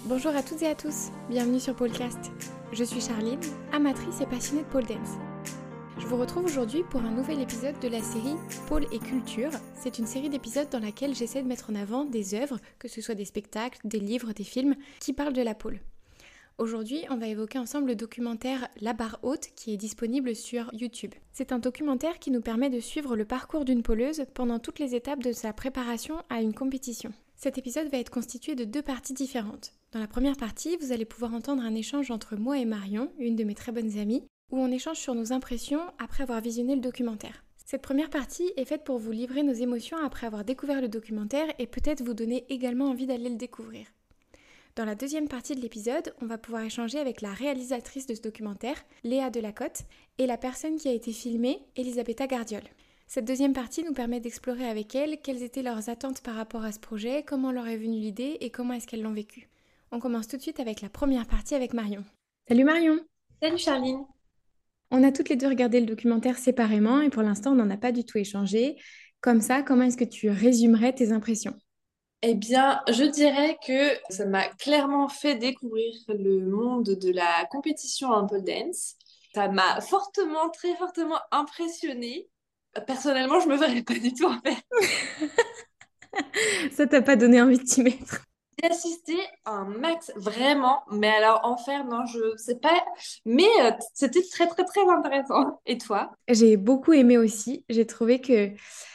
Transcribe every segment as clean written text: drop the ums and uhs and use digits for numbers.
Bonjour à toutes et à tous, bienvenue sur Polecast. Je suis Charline, amatrice et passionnée de pole dance. Je vous retrouve aujourd'hui pour un nouvel épisode de la série Pole et Culture. C'est une série d'épisodes dans laquelle j'essaie de mettre en avant des œuvres, que ce soit des spectacles, des livres, des films, qui parlent de la pole. Aujourd'hui, on va évoquer ensemble le documentaire La Barre Haute qui est disponible sur YouTube. C'est un documentaire qui nous permet de suivre le parcours d'une poleuse pendant toutes les étapes de sa préparation à une compétition. Cet épisode va être constitué de deux parties différentes. Dans la première partie, vous allez pouvoir entendre un échange entre moi et Marion, une de mes très bonnes amies, où on échange sur nos impressions après avoir visionné le documentaire. Cette première partie est faite pour vous livrer nos émotions après avoir découvert le documentaire et peut-être vous donner également envie d'aller le découvrir. Dans la deuxième partie de l'épisode, on va pouvoir échanger avec la réalisatrice de ce documentaire, Léa Delacote, et la personne qui a été filmée, Elisabetta Gardiol. Cette deuxième partie nous permet d'explorer avec elle quelles étaient leurs attentes par rapport à ce projet, comment leur est venue l'idée et comment est-ce qu'elles l'ont vécu. On commence tout de suite avec la première partie avec Marion. Salut Marion! Salut Charline. On a toutes les deux regardé le documentaire séparément et pour l'instant on n'en a pas du tout échangé. Comme ça, comment est-ce que tu résumerais tes impressions? Eh bien, je dirais que ça m'a clairement fait découvrir le monde de la compétition en pole dance. Ça m'a fortement, très fortement impressionnée. Personnellement, je me verrais pas du tout en faire. Ça t'a pas donné envie de t'y mettre? J'ai assisté à un max, vraiment, mais alors en faire, non, je sais pas. Mais c'était très, très, très intéressant. Et toi? J'ai beaucoup aimé aussi. J'ai trouvé que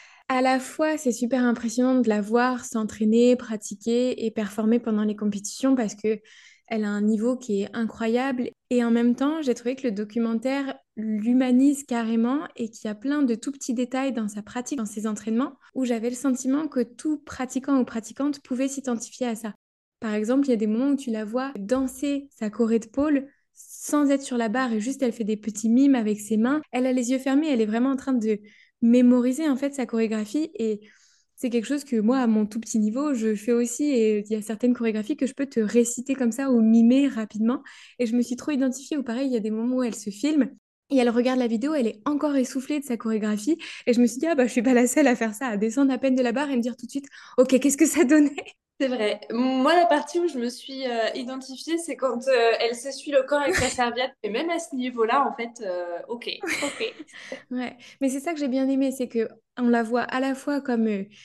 à la fois c'est super impressionnant de la voir s'entraîner, pratiquer et performer pendant les compétitions parce que elle a un niveau qui est incroyable et en même temps j'ai trouvé que le documentaire l'humanise carrément et qu'il y a plein de tout petits détails dans sa pratique, dans ses entraînements où j'avais le sentiment que tout pratiquant ou pratiquante pouvait s'identifier à ça. Par exemple, il y a des moments où tu la vois danser sa choré de pôle sans être sur la barre et juste elle fait des petits mimes avec ses mains. Elle a les yeux fermés, elle est vraiment en train de mémoriser en fait sa chorégraphie et c'est quelque chose que moi à mon tout petit niveau je fais aussi et il y a certaines chorégraphies que je peux te réciter comme ça ou mimer rapidement et je me suis trop identifiée ou pareil il y a des moments où elle se filme et elle regarde la vidéo, elle est encore essoufflée de sa chorégraphie et je me suis dit ah bah je suis pas la seule à faire ça, à descendre à peine de la barre et me dire tout de suite ok qu'est-ce que ça donnait. C'est vrai. Moi, la partie où je me suis identifiée, c'est quand elle s'essuie le corps avec sa serviette. Et même à ce niveau-là, en fait, ok, ok. Ouais, mais c'est ça que j'ai bien aimé, c'est que on la voit à la fois comme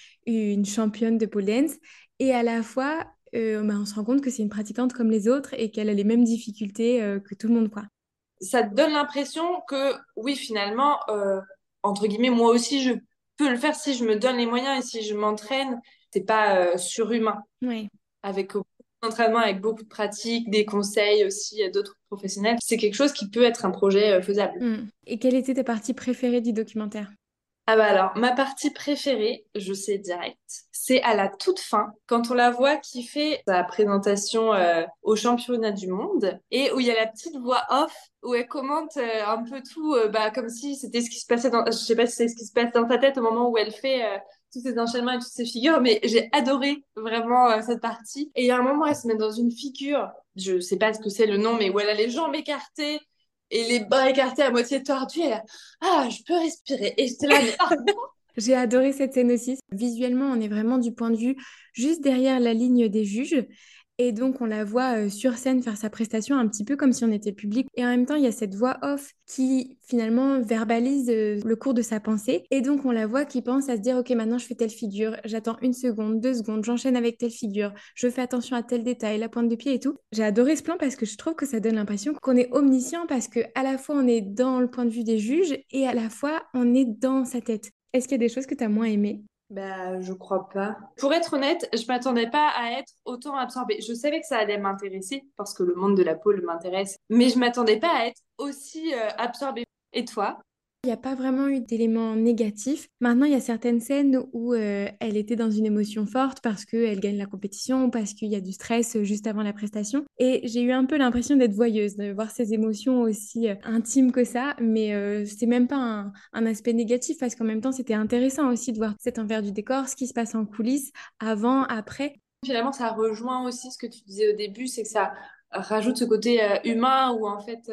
une championne de pole dance et à la fois bah, on se rend compte que c'est une pratiquante comme les autres et qu'elle a les mêmes difficultés que tout le monde, quoi. Ça te donne l'impression que, oui, finalement, entre guillemets, moi aussi, je peux le faire si je me donne les moyens et si je m'entraîne. C'est pas surhumain. Ouais. Avec beaucoup d'entraînement, avec beaucoup de pratique, des conseils aussi d'autres professionnels. C'est quelque chose qui peut être un projet faisable. Mm. Et quelle était ta partie préférée du documentaire? Ah bah alors, ma partie préférée, je sais direct, c'est à la toute fin, quand on la voit qui fait sa présentation au championnat du monde et où il y a la petite voix off où elle commente un peu tout, bah, comme si c'était ce qui se passait dans, je sais pas si c'est ce qui se passe dans sa tête au moment où elle fait tous ces enchaînements et toutes ces figures, mais j'ai adoré vraiment cette partie. Et il y a un moment, elle se met dans une figure, je sais pas ce que c'est le nom, mais où elle a les jambes écartées et les bras écartés à moitié tordus. Elle a ah, je peux respirer. Et j'étais là, mais ah, J'ai adoré cette scène aussi. Visuellement, on est vraiment du point de vue juste derrière la ligne des juges. Et donc, on la voit sur scène faire sa prestation un petit peu comme si on était le public. Et en même temps, il y a cette voix off qui finalement verbalise le cours de sa pensée. Et donc, on la voit qui pense à se dire, OK, maintenant je fais telle figure, j'attends une seconde, 2 secondes, j'enchaîne avec telle figure, je fais attention à tel détail, la pointe de pied et tout. J'ai adoré ce plan parce que je trouve que ça donne l'impression qu'on est omniscient parce que à la fois on est dans le point de vue des juges et à la fois on est dans sa tête. Est-ce qu'il y a des choses que tu as moins aimées? bah, je crois pas. Pour être honnête, je m'attendais pas à être autant absorbée. Je savais que ça allait m'intéresser parce que le monde de la pole m'intéresse, mais je m'attendais pas à être aussi absorbée. Et toi? Il n'y a pas vraiment eu d'éléments négatifs. Maintenant, il y a certaines scènes où elle était dans une émotion forte parce qu'elle gagne la compétition, parce qu'il y a du stress juste avant la prestation. Et j'ai eu un peu l'impression d'être voyeuse, de voir ces émotions aussi intimes que ça. Mais c'est même pas un aspect négatif parce qu'en même temps, c'était intéressant aussi de voir cet envers du décor, ce qui se passe en coulisses, avant, après. Finalement, ça rejoint aussi ce que tu disais au début, c'est que ça rajoute ce côté humain où en fait,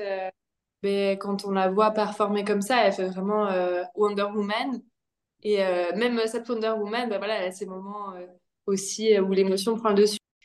ben, quand on la voit performer comme ça, elle fait vraiment Wonder Woman. Et même cette Wonder Woman, ben voilà, elle a ces moments aussi où l'émotion prend le dessus.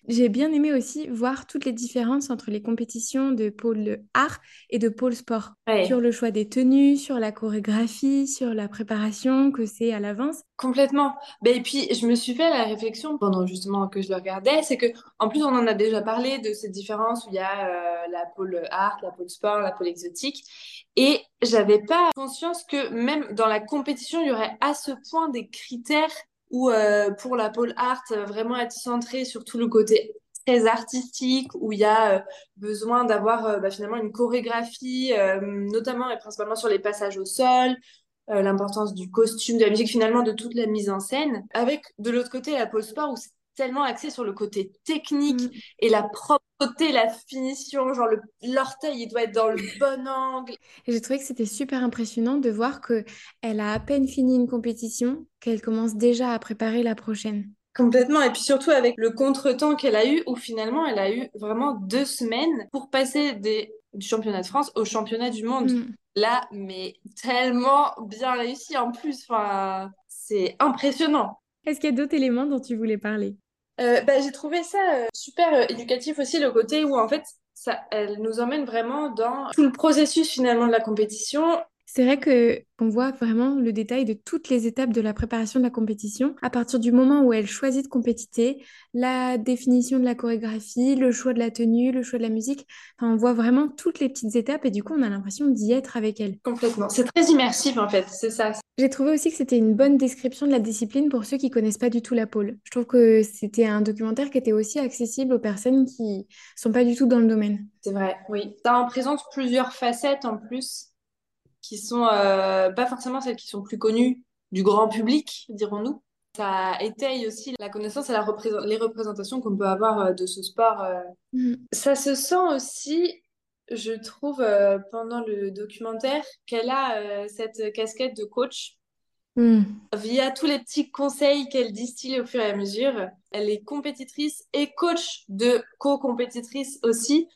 J'ai bien aimé aussi voir toutes les différences entre les compétitions de pôle art et de pôle sport. Sur Ouais. le choix des tenues, sur la chorégraphie, sur la préparation que c'est à l'avance. Complètement. Ben, et puis, je me suis fait la réflexion pendant justement que je le regardais, c'est que, en plus, on en a déjà parlé de cette différence où il y a la pôle art, la pôle sport, la pôle exotique. Et j'avais pas conscience que même dans la compétition, il y aurait à ce point des critères où, pour la pôle art, vraiment être centré sur tout le côté très artistique, où il y a besoin d'avoir finalement une chorégraphie, notamment et principalement sur les passages au sol, l'importance du costume, de la musique, finalement de toute la mise en scène. Avec de l'autre côté la pôle sport où c'est tellement axé sur le côté technique Mm. et la propreté, la finition, genre l'orteil, il doit être dans le bon angle. Et j'ai trouvé que c'était super impressionnant de voir que elle a à peine fini une compétition, qu'elle commence déjà à préparer la prochaine. Complètement. Et puis surtout avec le contretemps qu'elle a eu, où finalement elle a eu vraiment 2 semaines pour passer du championnat de France au championnat du monde. Mm. Là, mais tellement bien réussi en plus. Enfin, c'est impressionnant. Est-ce qu'il y a d'autres éléments dont tu voulais parler? J'ai trouvé ça super éducatif aussi, le côté où en fait, ça, elle nous emmène vraiment dans tout le processus finalement de la compétition. C'est vrai que qu'on voit vraiment le détail de toutes les étapes de la préparation de la compétition, à partir du moment où elle choisit de compétiter, la définition de la chorégraphie, le choix de la tenue, le choix de la musique. Enfin, on voit vraiment toutes les petites étapes et du coup, on a l'impression d'y être avec elle. Complètement. C'est très immersif en fait, c'est ça. J'ai trouvé aussi que c'était une bonne description de la discipline pour ceux qui connaissent pas du tout la pole. Je trouve que c'était un documentaire qui était aussi accessible aux personnes qui sont pas du tout dans le domaine. C'est vrai, oui. Ça en présente plusieurs facettes en plus, qui sont pas forcément celles qui sont plus connues du grand public, dirons-nous. Ça étaye aussi la connaissance et les représentations qu'on peut avoir de ce sport. Mm. Ça se sent aussi, je trouve, pendant le documentaire, qu'elle a cette casquette de coach. Mm. Via tous les petits conseils qu'elle distille au fur et à mesure, elle est compétitrice et coach de co-compétitrice aussi.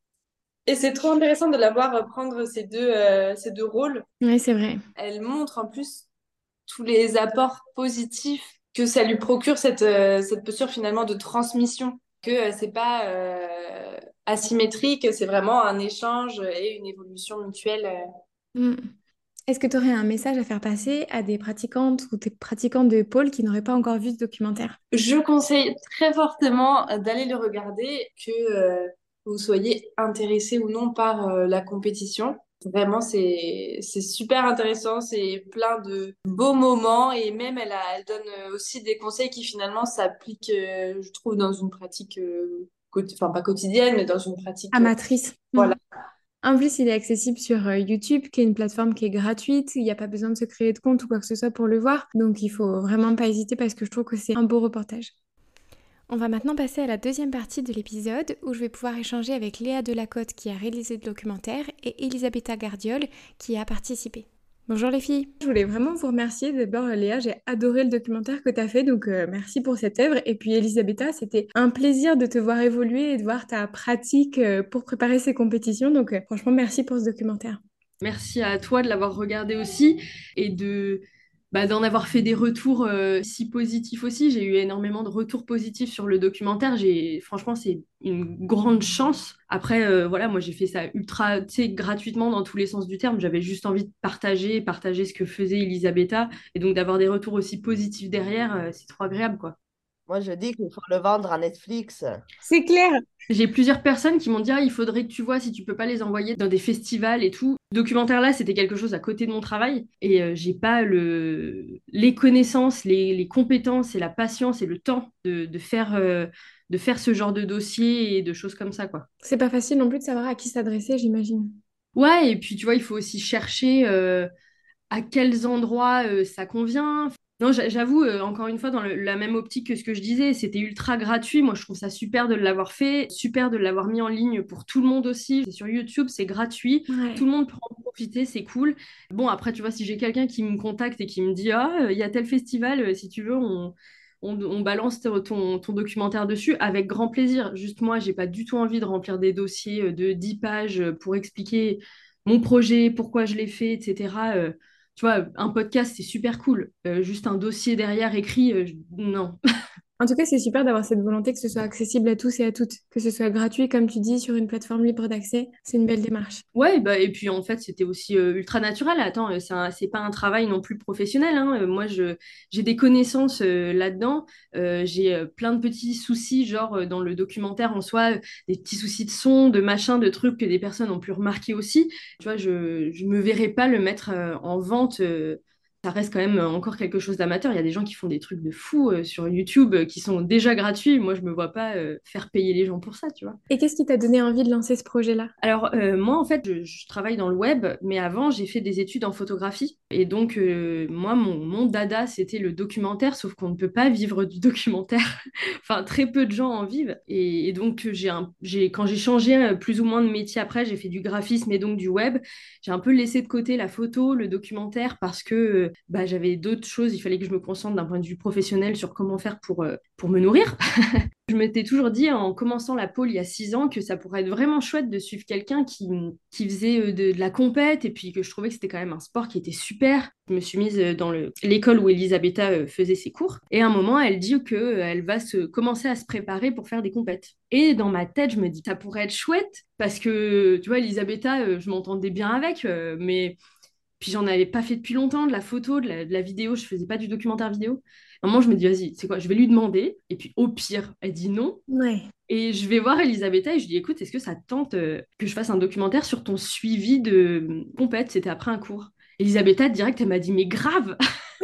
Et c'est trop intéressant de la voir prendre ces deux rôles. Ouais, c'est vrai. Elle montre en plus tous les apports positifs que ça lui procure cette posture finalement de transmission, que c'est pas asymétrique, c'est vraiment un échange et une évolution mutuelle. Mm. Est-ce que tu aurais un message à faire passer à des pratiquantes ou des pratiquants de pôle qui n'auraient pas encore vu ce documentaire? Je conseille très fortement d'aller le regarder, que vous soyez intéressé ou non par la compétition. Vraiment, c'est super intéressant, c'est plein de beaux moments et même elle donne aussi des conseils qui finalement s'appliquent, je trouve, dans une pratique, enfin pas quotidienne, mais dans une pratique, Amatrice. Mm. voilà. En plus, il est accessible sur YouTube, qui est une plateforme qui est gratuite. Il n'y a pas besoin de se créer de compte ou quoi que ce soit pour le voir. Donc, il faut vraiment pas hésiter parce que je trouve que c'est un beau reportage. On va maintenant passer à la deuxième partie de l'épisode où je vais pouvoir échanger avec Léa Delacote qui a réalisé le documentaire et Elisabetta Gardiol qui a participé. Bonjour les filles. Je voulais vraiment vous remercier. D'abord Léa, j'ai adoré le documentaire que tu as fait, donc merci pour cette œuvre. Et puis Elisabetta, c'était un plaisir de te voir évoluer et de voir ta pratique pour préparer ces compétitions. Donc franchement, merci pour ce documentaire. Merci à toi de l'avoir regardé aussi et d'en avoir fait des retours si positifs aussi. J'ai eu énormément de retours positifs sur le documentaire. Franchement, c'est une grande chance. Après, voilà, moi j'ai fait ça ultra, tu sais, gratuitement dans tous les sens du terme. J'avais juste envie de partager ce que faisait Elisabetta et donc d'avoir des retours aussi positifs derrière, c'est trop agréable, quoi. Moi, je dis qu'il faut le vendre à Netflix. C'est clair. J'ai plusieurs personnes qui m'ont dit, ah, il faudrait que tu vois si tu peux pas les envoyer dans des festivals et tout. Ce documentaire-là, c'était quelque chose à côté de mon travail et j'ai pas les connaissances, les compétences et la patience et le temps de faire ce genre de dossier et de choses comme ça, quoi. C'est pas facile non plus de savoir à qui s'adresser, j'imagine. Ouais, et puis tu vois, il faut aussi chercher à quels endroits ça convient. Non, j'avoue, encore une fois, dans la même optique que ce que je disais, c'était ultra gratuit. Moi, je trouve ça super de l'avoir fait, super de l'avoir mis en ligne pour tout le monde aussi. C'est sur YouTube, c'est gratuit. Ouais. Tout le monde peut en profiter, c'est cool. Bon, après, tu vois, si j'ai quelqu'un qui me contacte et qui me dit, ah, il y a tel festival, si tu veux, on balance ton documentaire dessus avec grand plaisir. Juste moi, j'ai pas du tout envie de remplir des dossiers de 10 pages pour expliquer mon projet, pourquoi je l'ai fait, etc. Tu vois, un podcast, c'est super cool. Juste un dossier derrière écrit, non. En tout cas, c'est super d'avoir cette volonté que ce soit accessible à tous et à toutes, que ce soit gratuit, comme tu dis, sur une plateforme libre d'accès. C'est une belle démarche. Ouais, bah, et puis en fait, c'était aussi ultra naturel. Attends, c'est pas un travail non plus professionnel, hein. Moi, j'ai des connaissances là-dedans. J'ai plein de petits soucis, genre dans le documentaire en soi, des petits soucis de son, de machin, de trucs que des personnes ont pu remarquer aussi. Tu vois, je me verrais pas le mettre en vente. Ça reste quand même encore quelque chose d'amateur. Il y a des gens qui font des trucs de fou sur YouTube qui sont déjà gratuits. Moi, je me vois pas faire payer les gens pour ça, tu vois. Et qu'est-ce qui t'a donné envie de lancer ce projet-là? Alors, moi, en fait, je travaille dans le web, mais avant, j'ai fait des études en photographie. Et donc, moi, mon dada, c'était le documentaire, sauf qu'on ne peut pas vivre du documentaire. Enfin, très peu de gens en vivent. Et donc, quand j'ai changé plus ou moins de métier après, j'ai fait du graphisme et donc du web. J'ai un peu laissé de côté la photo, le documentaire, parce que bah, j'avais d'autres choses. Il fallait que je me concentre d'un point de vue professionnel sur comment faire pour me nourrir. Je m'étais toujours dit en commençant la pole il y a 6 ans que ça pourrait être vraiment chouette de suivre quelqu'un qui faisait de la compète et puis que je trouvais que c'était quand même un sport qui était super. Je me suis mise dans l'école où Elisabetta faisait ses cours et à un moment elle dit qu'elle va commencer à se préparer pour faire des compètes. Et dans ma tête je me dis ça pourrait être chouette parce que tu vois Elisabetta je m'entendais bien avec mais puis j'en avais pas fait depuis longtemps, de la photo, de la vidéo, je faisais pas du documentaire vidéo. À un moment, je me dis, vas-y, c'est quoi, je vais lui demander. Et puis au pire, elle dit non. Ouais. Et je vais voir Elisabetta et je lui dis, écoute, est-ce que ça te tente que je fasse un documentaire sur ton suivi de compète? C'était après un cours. Elisabetta, direct, elle m'a dit, mais grave!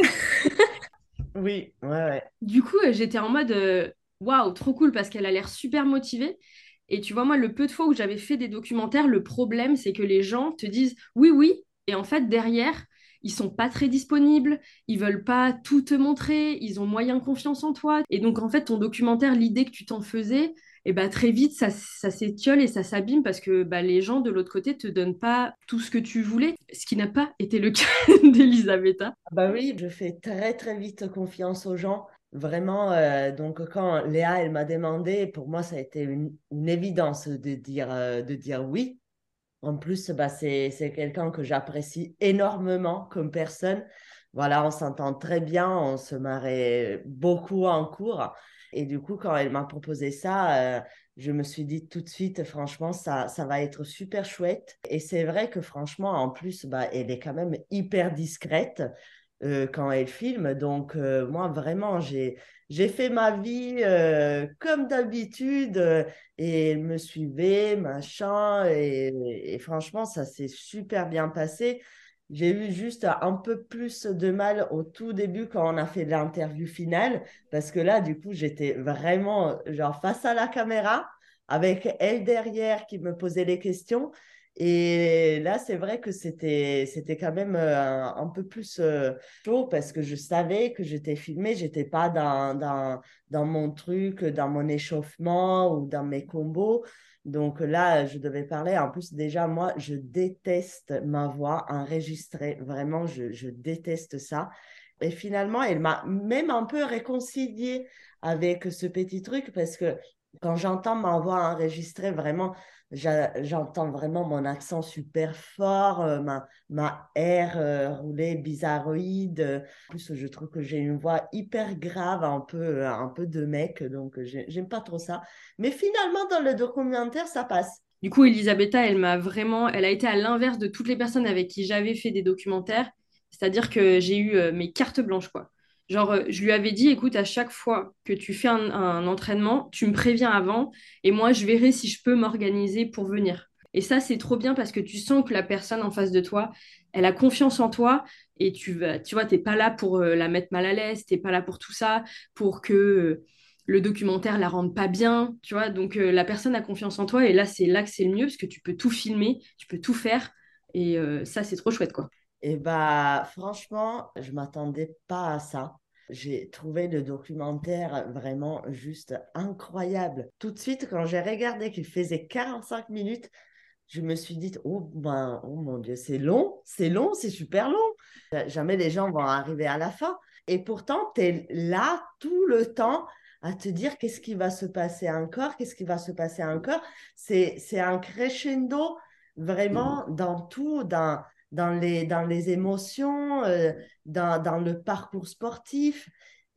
Oui, ouais, ouais. Du coup, j'étais en mode, waouh, trop cool parce qu'elle a l'air super motivée. Et tu vois, moi, le peu de fois où j'avais fait des documentaires, le problème, c'est que les gens te disent oui, oui. Et en fait, derrière, ils sont pas très disponibles, ils veulent pas tout te montrer, ils ont moyen confiance en toi. Et donc, en fait, ton documentaire, l'idée que tu t'en faisais, et bah, très vite, ça s'étiole et ça s'abîme parce que bah, les gens de l'autre côté te donnent pas tout ce que tu voulais, ce qui n'a pas été le cas d'Elisabetta. Ah bah oui, je fais très très vite confiance aux gens. Vraiment, donc quand Léa, elle m'a demandé, pour moi, ça a été une évidence de dire oui. En plus, bah, c'est quelqu'un que j'apprécie énormément comme personne. Voilà, on s'entend très bien, on se marrait beaucoup en cours. Et du coup, quand elle m'a proposé ça, je me suis dit tout de suite, franchement, ça va être super chouette. Et c'est vrai que franchement, en plus, bah, elle est quand même hyper discrète quand elle filme. Donc, moi, vraiment, j'ai fait ma vie comme d'habitude et elle me suivait, machin. Et franchement, ça s'est super bien passé. J'ai eu juste un peu plus de mal au tout début quand on a fait l'interview finale, parce que là, du coup, j'étais vraiment genre face à la caméra, avec elle derrière qui me posait les questions. Et là, c'est vrai que c'était quand même un peu plus chaud parce que je savais que j'étais filmée, j'étais pas dans mon truc, dans mon échauffement ou dans mes combos. Donc là, je devais parler. En plus, déjà, moi, je déteste ma voix enregistrée. Vraiment, je déteste ça. Et finalement, elle m'a même un peu réconciliée avec ce petit truc parce que quand j'entends ma voix enregistrée, vraiment, j'entends vraiment mon accent super fort, ma R roulée bizarroïde. En plus, je trouve que j'ai une voix hyper grave, un peu de mec, donc j'aime pas trop ça. Mais finalement, dans le documentaire, ça passe. Du coup, Elisabetta, elle a été à l'inverse de toutes les personnes avec qui j'avais fait des documentaires. C'est-à-dire que j'ai eu mes cartes blanches, quoi. Genre, je lui avais dit, écoute, à chaque fois que tu fais un entraînement, tu me préviens avant et moi, je verrai si je peux m'organiser pour venir. Et ça, c'est trop bien parce que tu sens que la personne en face de toi, elle a confiance en toi et tu vois, t'es pas là pour la mettre mal à l'aise, t'es pas là pour tout ça, pour que le documentaire la rende pas bien, tu vois. Donc la personne a confiance en toi et là que c'est le mieux parce que tu peux tout filmer, tu peux tout faire et ça c'est trop chouette quoi. Et bah, franchement, je m'attendais pas à ça. J'ai trouvé le documentaire vraiment juste incroyable. Tout de suite, quand j'ai regardé qu'il faisait 45 minutes, je me suis dit, oh, ben, oh mon Dieu, c'est long, c'est super long. Jamais les gens vont arriver à la fin. Et pourtant, tu es là tout le temps à te dire qu'est-ce qui va se passer encore, qu'est-ce qui va se passer encore. C'est un crescendo vraiment dans tout, dans les émotions, dans le parcours sportif.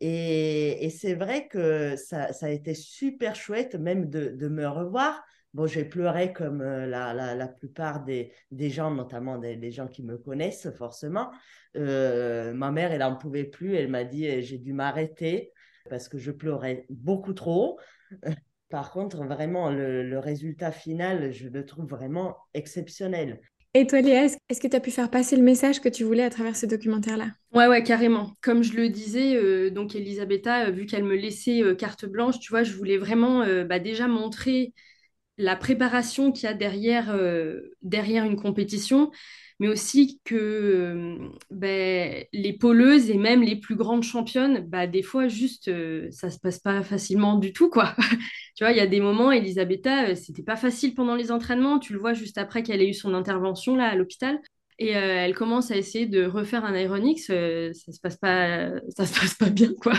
Et c'est vrai que ça a été super chouette même de me revoir. Bon, j'ai pleuré comme la plupart des gens, notamment des gens qui me connaissent forcément. Ma mère, elle n'en pouvait plus. Elle m'a dit, j'ai dû m'arrêter parce que je pleurais beaucoup trop. Par contre, vraiment, le résultat final, je le trouve vraiment exceptionnel. Et toi, Léa, est-ce que tu as pu faire passer le message que tu voulais à travers ce documentaire-là? Ouais, carrément. Comme je le disais, donc Elisabetta, vu qu'elle me laissait carte blanche, tu vois, je voulais vraiment déjà montrer la préparation qu'il y a derrière une compétition, mais aussi que les poleuses et même les plus grandes championnes, des fois, juste, ça se passe pas facilement du tout, quoi. Tu vois, il y a des moments, Elisabetta, c'était pas facile pendant les entraînements. Tu le vois juste après qu'elle ait eu son intervention là à l'hôpital. Et elle commence à essayer de refaire un Ironix, ça se passe pas bien, quoi.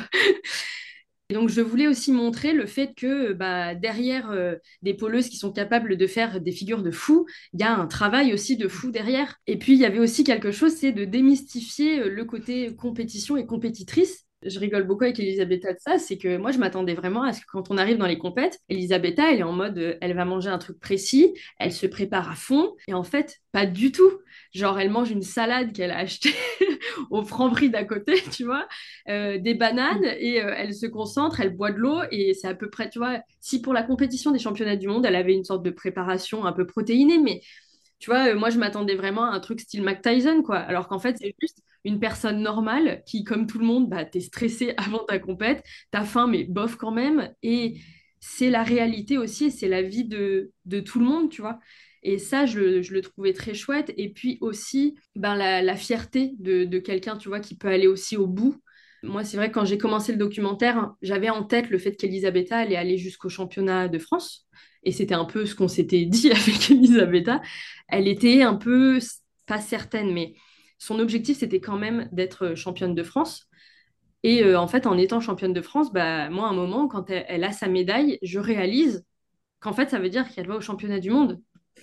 Et donc, je voulais aussi montrer le fait que derrière des poleuses qui sont capables de faire des figures de fou, il y a un travail aussi de fou derrière. Et puis, il y avait aussi quelque chose, c'est de démystifier le côté compétition et compétitrice. Je rigole beaucoup avec Elisabetta de ça, c'est que moi, je m'attendais vraiment à ce que quand on arrive dans les compètes, Elisabetta, elle est en mode, elle va manger un truc précis, elle se prépare à fond, et en fait, pas du tout. Genre, elle mange une salade qu'elle a achetée au Franprix d'à côté, tu vois, des bananes et elle se concentre, elle boit de l'eau et c'est à peu près, tu vois, si pour la compétition des championnats du monde, elle avait une sorte de préparation un peu protéinée, mais tu vois, moi je m'attendais vraiment à un truc style Mike Tyson, quoi, alors qu'en fait c'est juste une personne normale qui, comme tout le monde, t'es stressé avant ta compète, t'as faim mais bof quand même et c'est la réalité aussi et c'est la vie de tout le monde, tu vois. Et ça, je le trouvais très chouette. Et puis aussi, la fierté de quelqu'un, tu vois, qui peut aller aussi au bout. Moi, c'est vrai que quand j'ai commencé le documentaire, hein, j'avais en tête le fait qu'Elisabetta allait aller jusqu'au championnat de France. Et c'était un peu ce qu'on s'était dit avec Elisabetta. Elle était un peu, pas certaine, mais son objectif, c'était quand même d'être championne de France. Et en fait, en étant championne de France, moi, à un moment, quand elle a sa médaille, je réalise qu'en fait, ça veut dire qu'elle va au championnat du monde.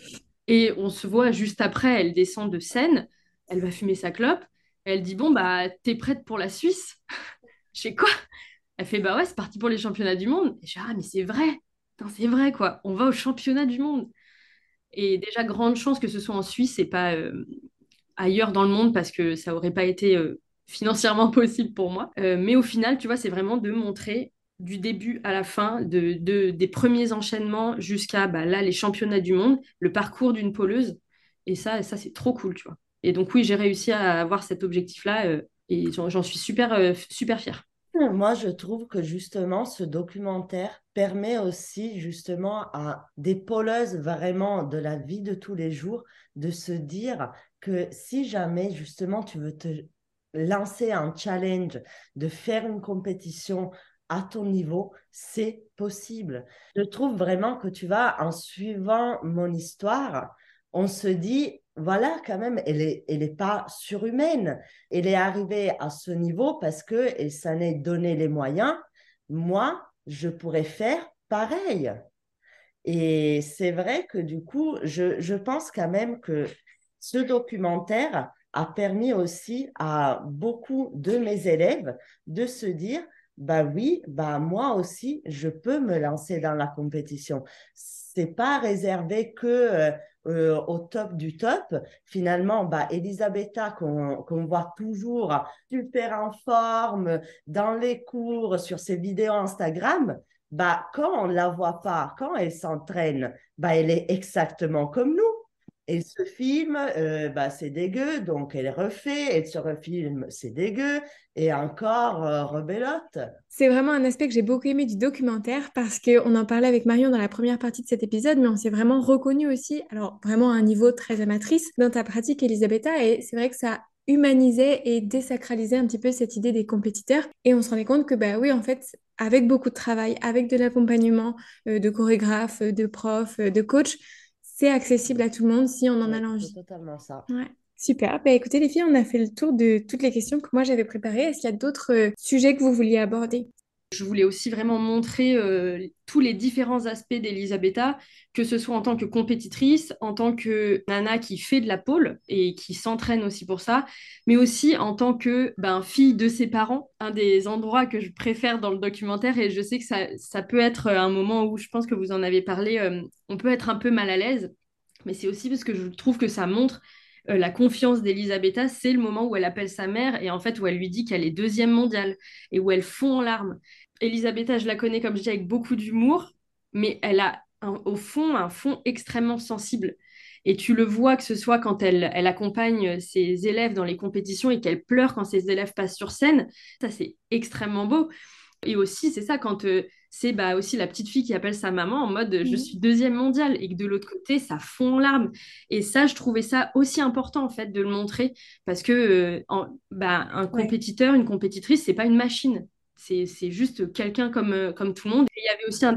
Et on se voit juste après, elle descend de scène, elle va fumer sa clope, elle dit, bon, t'es prête pour la Suisse? Je fais quoi? Elle fait, bah ouais, c'est parti pour les championnats du monde. Et je fais, ah, mais c'est vrai, putain, c'est vrai, quoi, on va au championnat du monde. Et déjà, grande chance que ce soit en Suisse et pas ailleurs dans le monde, parce que ça aurait pas été financièrement possible pour moi. Mais au final, tu vois, c'est vraiment de montrer du début à la fin, des premiers enchaînements jusqu'à là, les championnats du monde, le parcours d'une poleuse. Et ça c'est trop cool, tu vois. Et donc, oui, j'ai réussi à avoir cet objectif-là et j'en suis super fière. Moi, je trouve que justement, ce documentaire permet aussi justement à des poleuses vraiment de la vie de tous les jours de se dire que si jamais justement tu veux te lancer un challenge, de faire une compétition à ton niveau, c'est possible. Je trouve vraiment que tu vas, en suivant mon histoire, on se dit, voilà, quand même, elle est pas surhumaine. Elle est arrivée à ce niveau parce qu'elle s'en est donné les moyens. Moi, je pourrais faire pareil. Et c'est vrai que du coup, je pense quand même que ce documentaire a permis aussi à beaucoup de mes élèves de se dire, bah oui, bah moi aussi, je peux me lancer dans la compétition. C'est pas réservé que au top du top. Finalement, bah, Elisabetta, qu'on voit toujours super en forme dans les cours, sur ses vidéos Instagram, bah, quand on ne la voit pas, quand elle s'entraîne, bah, elle est exactement comme nous. Elle se filme, c'est dégueu, donc elle refait, elle se refilme, c'est dégueu, et encore rebelote. C'est vraiment un aspect que j'ai beaucoup aimé du documentaire parce qu'on en parlait avec Marion dans la première partie de cet épisode, mais on s'est vraiment reconnu aussi, alors vraiment à un niveau très amatrice, dans ta pratique, Elisabetta, et c'est vrai que ça humanisait et désacralisait un petit peu cette idée des compétiteurs, et on se rendait compte que, bah oui, en fait, avec beaucoup de travail, avec de l'accompagnement de chorégraphes, de profs, de coachs, c'est accessible à tout le monde si on en a Oui, c'est l'envie. totalement ça. Ouais. Super. Bah, écoutez, les filles, on a fait le tour de toutes les questions que moi j'avais préparées. Est-ce qu'il y a d'autres sujets que vous vouliez aborder? Je voulais aussi vraiment montrer tous les différents aspects d'Elisabetta, que ce soit en tant que compétitrice, en tant que nana qui fait de la pole et qui s'entraîne aussi pour ça, mais aussi en tant que fille de ses parents. Un des endroits que je préfère dans le documentaire, et je sais que ça peut être un moment où je pense que vous en avez parlé, on peut être un peu mal à l'aise, mais c'est aussi parce que je trouve que ça montre la confiance d'Elisabetta, c'est le moment où elle appelle sa mère et en fait où elle lui dit qu'elle est deuxième mondiale et où elle fond en larmes. Elisabetta, je la connais, comme je dis, avec beaucoup d'humour, mais elle a au fond un fond extrêmement sensible. Et tu le vois que ce soit quand elle accompagne ses élèves dans les compétitions et qu'elle pleure quand ses élèves passent sur scène, ça c'est extrêmement beau. Et aussi, c'est ça, quand c'est aussi la petite fille qui appelle sa maman en mode je Mhm. suis deuxième mondiale et que de l'autre côté, ça fond en larmes. Et ça, je trouvais ça aussi important en fait de le montrer parce que un Ouais. compétiteur, une compétitrice, c'est pas une machine. C'est juste quelqu'un comme tout le monde. Et il y avait aussi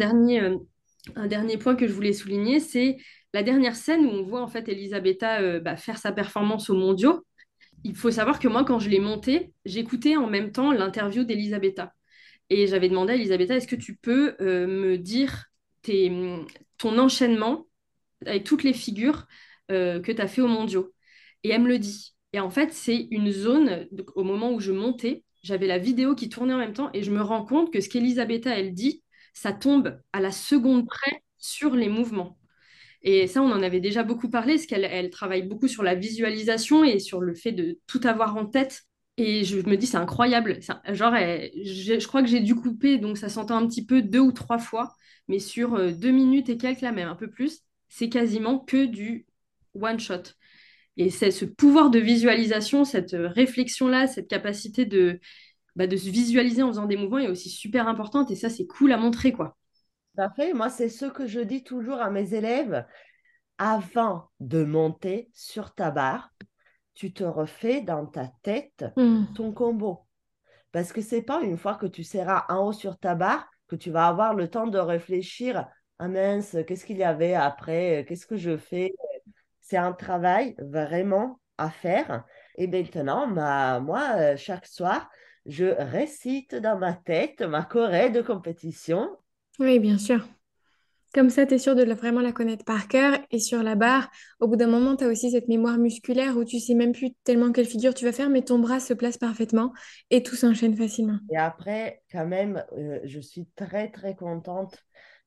un dernier point que je voulais souligner, c'est la dernière scène où on voit en fait Elisabetta faire sa performance aux mondiaux. Il faut savoir que moi, quand je l'ai montée, j'écoutais en même temps l'interview d'Elisabetta. Et j'avais demandé à Elisabetta, est-ce que tu peux me dire tes, ton enchaînement avec toutes les figures que tu as fait aux mondiaux? Et elle me le dit. Et en fait, c'est une zone, donc, au moment où je montais, j'avais la vidéo qui tournait en même temps et je me rends compte que ce qu'Elisabetta, elle dit, ça tombe à la seconde près sur les mouvements. Et ça, on en avait déjà beaucoup parlé, parce qu'elle travaille beaucoup sur la visualisation et sur le fait de tout avoir en tête. Et je me dis, c'est incroyable. Genre, je crois que j'ai dû couper, donc ça s'entend un petit peu 2 ou 3 fois, mais sur 2 minutes et quelques, là même, un peu plus, c'est quasiment que du one shot. Et c'est ce pouvoir de visualisation, cette réflexion-là, cette capacité de se visualiser en faisant des mouvements est aussi super importante. Et ça, c'est cool à montrer, quoi. Parfait. Moi, c'est ce que je dis toujours à mes élèves. Avant de monter sur ta barre, tu te refais dans ta tête Mhm. ton combo. Parce que c'est pas une fois que tu seras en haut sur ta barre que tu vas avoir le temps de réfléchir. Ah mince, qu'est-ce qu'il y avait après? Qu'est-ce que je fais? C'est un travail vraiment à faire. Et maintenant, moi, chaque soir, je récite dans ma tête ma choré de compétition. Oui, bien sûr. Comme ça, tu es sûr de vraiment la connaître par cœur. Et sur la barre, au bout d'un moment, tu as aussi cette mémoire musculaire où tu sais même plus tellement quelle figure tu vas faire, mais ton bras se place parfaitement et tout s'enchaîne facilement. Et après, quand même, je suis très, très contente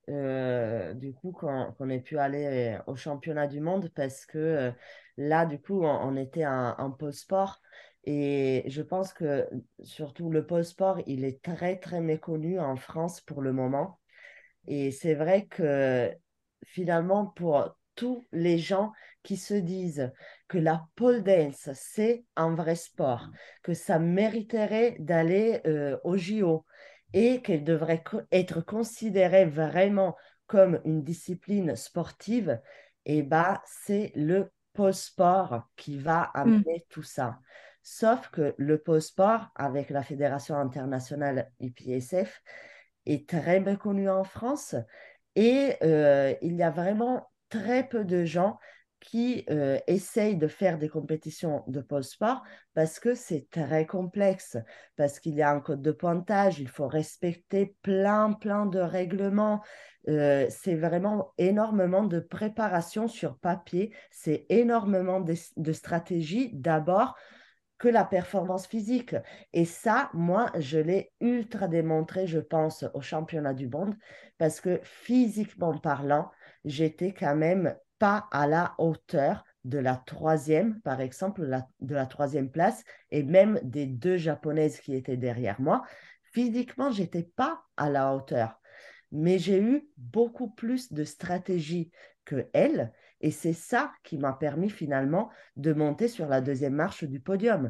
du coup qu'on ait pu aller au championnat du monde parce que là, du coup, on était en pôle sport. Et je pense que surtout le pôle sport, il est très, très méconnu en France pour le moment. Et c'est vrai que finalement, pour tous les gens qui se disent que la pole dance, c'est un vrai sport, que ça mériterait d'aller au JO et qu'elle devrait être considérée vraiment comme une discipline sportive, et bah, c'est le pole sport qui va Mm. amener tout ça. Sauf que le pole sport, avec la Fédération internationale IPSF, est très méconnu en France et il y a vraiment très peu de gens qui essayent de faire des compétitions de pole sport parce que c'est très complexe, parce qu'il y a un code de pointage, il faut respecter plein, plein de règlements. C'est vraiment énormément de préparation sur papier, c'est énormément de stratégie d'abord que la performance physique. Et ça, moi, je l'ai ultra démontré, je pense, au championnat du monde, parce que physiquement parlant, j'étais quand même pas à la hauteur de la troisième, par exemple, de la troisième place, et même des deux japonaises qui étaient derrière moi. Physiquement, j'étais pas à la hauteur. Mais j'ai eu beaucoup plus de stratégie que elle, et c'est ça qui m'a permis finalement de monter sur la deuxième marche du podium.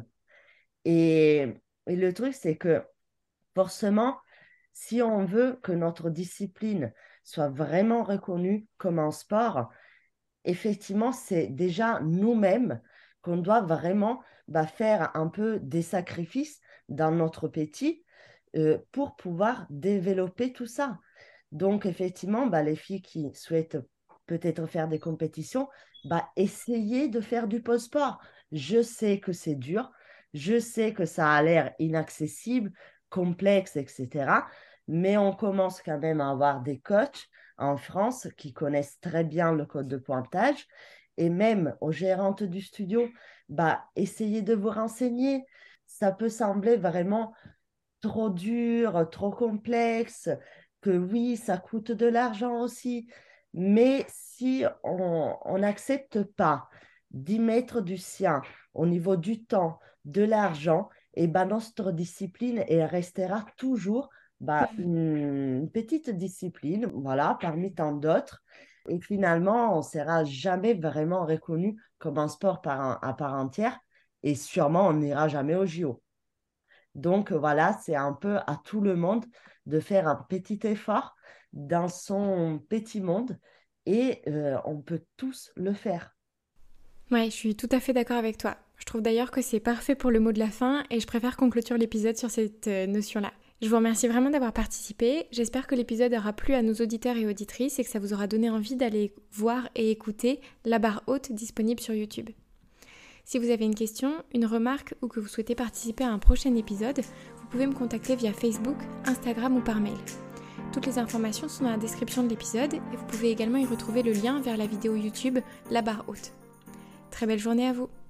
Et, et le truc, c'est que forcément, si on veut que notre discipline soit vraiment reconnue comme un sport, effectivement, c'est déjà nous-mêmes qu'on doit vraiment faire un peu des sacrifices dans notre petit pour pouvoir développer tout ça. Donc, effectivement, les filles qui souhaitent peut-être faire des compétitions, essayez de faire du post-sport. Je sais que c'est dur, je sais que ça a l'air inaccessible, complexe, etc. mais on commence quand même à avoir des coachs en France qui connaissent très bien le code de pointage. Et même aux gérantes du studio, essayez de vous renseigner. Ça peut sembler vraiment trop dur, trop complexe, que oui, ça coûte de l'argent aussi. Mais si on n'accepte pas d'y mettre du sien au niveau du temps, de l'argent, et notre discipline, elle restera toujours une petite discipline, voilà, parmi tant d'autres. Et finalement, on ne sera jamais vraiment reconnu comme un sport à part entière. Et sûrement, on n'ira jamais au JO. Donc voilà, c'est un peu à tout le monde de faire un petit effort dans son petit monde et on peut tous le faire. Ouais, je suis tout à fait d'accord avec toi. Je trouve d'ailleurs que c'est parfait pour le mot de la fin et je préfère qu'on clôture l'épisode sur cette notion-là. Je vous remercie vraiment d'avoir participé. J'espère que l'épisode aura plu à nos auditeurs et auditrices et que ça vous aura donné envie d'aller voir et écouter la barre haute disponible sur YouTube. Si vous avez une question, une remarque ou que vous souhaitez participer à un prochain épisode, vous pouvez me contacter via Facebook, Instagram ou par mail. Toutes les informations sont dans la description de l'épisode et vous pouvez également y retrouver le lien vers la vidéo YouTube La barre haute. Très belle journée à vous!